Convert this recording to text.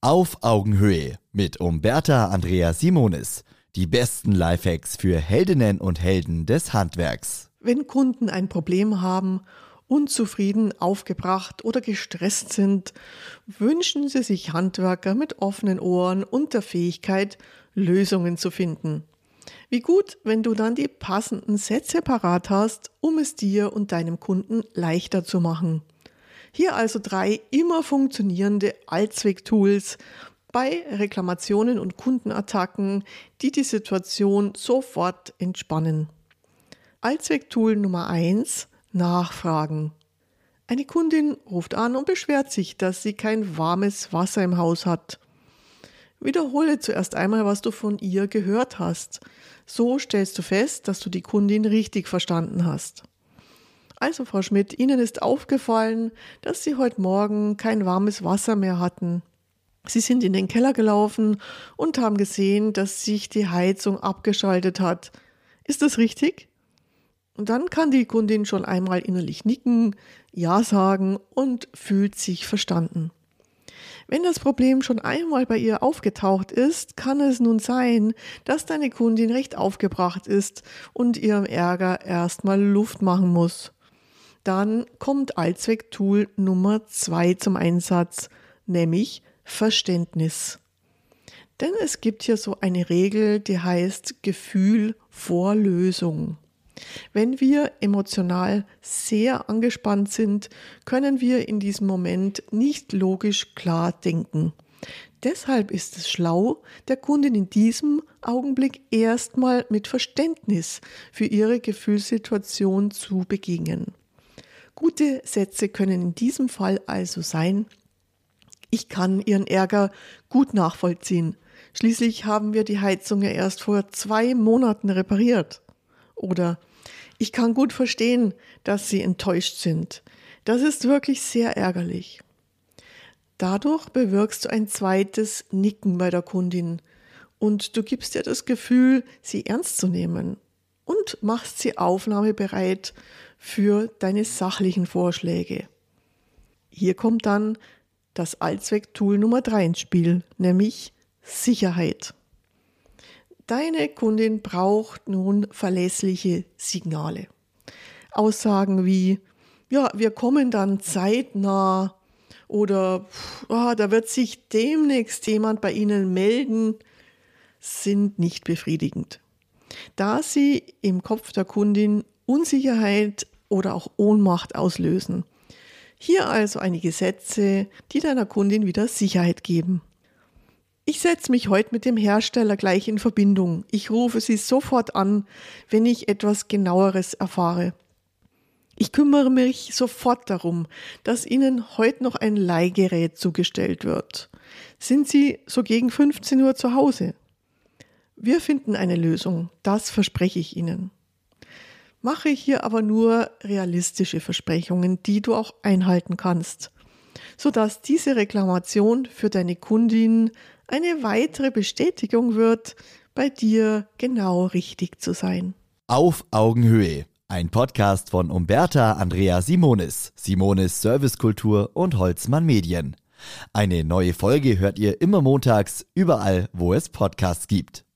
Auf Augenhöhe mit Umberta Andrea Simonis. Die besten Lifehacks für Heldinnen und Helden des Handwerks. Wenn Kunden ein Problem haben, unzufrieden, aufgebracht oder gestresst sind, wünschen sie sich Handwerker mit offenen Ohren und der Fähigkeit, Lösungen zu finden. Wie gut, wenn du dann die passenden Sätze parat hast, um es dir und deinem Kunden leichter zu machen. Hier also 3 immer funktionierende Allzweck-Tools bei Reklamationen und Kundenattacken, die die Situation sofort entspannen. Allzweck-Tool Nummer 1: Nachfragen. Eine Kundin ruft an und beschwert sich, dass sie kein warmes Wasser im Haus hat. Wiederhole zuerst einmal, was du von ihr gehört hast. So stellst du fest, dass du die Kundin richtig verstanden hast. Also, Frau Schmidt, Ihnen ist aufgefallen, dass Sie heute Morgen kein warmes Wasser mehr hatten. Sie sind in den Keller gelaufen und haben gesehen, dass sich die Heizung abgeschaltet hat. Ist das richtig? Und dann kann die Kundin schon einmal innerlich nicken, Ja sagen und fühlt sich verstanden. Wenn das Problem schon einmal bei ihr aufgetaucht ist, kann es nun sein, dass deine Kundin recht aufgebracht ist und ihrem Ärger erstmal Luft machen muss. Dann kommt Allzweck-Tool Nummer 2 zum Einsatz, nämlich Verständnis. Denn es gibt hier so eine Regel, die heißt Gefühl vor Lösung. Wenn wir emotional sehr angespannt sind, können wir in diesem Moment nicht logisch klar denken. Deshalb ist es schlau, der Kundin in diesem Augenblick erstmal mit Verständnis für ihre Gefühlssituation zu begegnen. Gute Sätze können in diesem Fall also sein: Ich kann Ihren Ärger gut nachvollziehen. Schließlich haben wir die Heizung ja erst vor 2 Monaten repariert. Oder ich kann gut verstehen, dass Sie enttäuscht sind. Das ist wirklich sehr ärgerlich. Dadurch bewirkst du ein zweites Nicken bei der Kundin und du gibst ihr das Gefühl, sie ernst zu nehmen und machst sie aufnahmebereit für deine sachlichen Vorschläge. Hier kommt dann das Allzweck-Tool Nummer 3 ins Spiel, nämlich Sicherheit. Deine Kundin braucht nun verlässliche Signale. Aussagen wie, ja, wir kommen dann zeitnah oder da wird sich demnächst jemand bei Ihnen melden, sind nicht befriedigend. Da sie im Kopf der Kundin Unsicherheit oder auch Ohnmacht auslösen. Hier also einige Sätze, die deiner Kundin wieder Sicherheit geben. Ich setze mich heute mit dem Hersteller gleich in Verbindung. Ich rufe Sie sofort an, wenn ich etwas Genaueres erfahre. Ich kümmere mich sofort darum, dass Ihnen heute noch ein Leihgerät zugestellt wird. Sind Sie so gegen 15 Uhr zu Hause? Wir finden eine Lösung, das verspreche ich Ihnen. Mache hier aber nur realistische Versprechungen, die du auch einhalten kannst, sodass diese Reklamation für deine Kundin eine weitere Bestätigung wird, bei dir genau richtig zu sein. Auf Augenhöhe. Ein Podcast von Umberta Andrea Simonis, Simonis Servicekultur und Holzmann Medien. Eine neue Folge hört ihr immer montags, überall, wo es Podcasts gibt.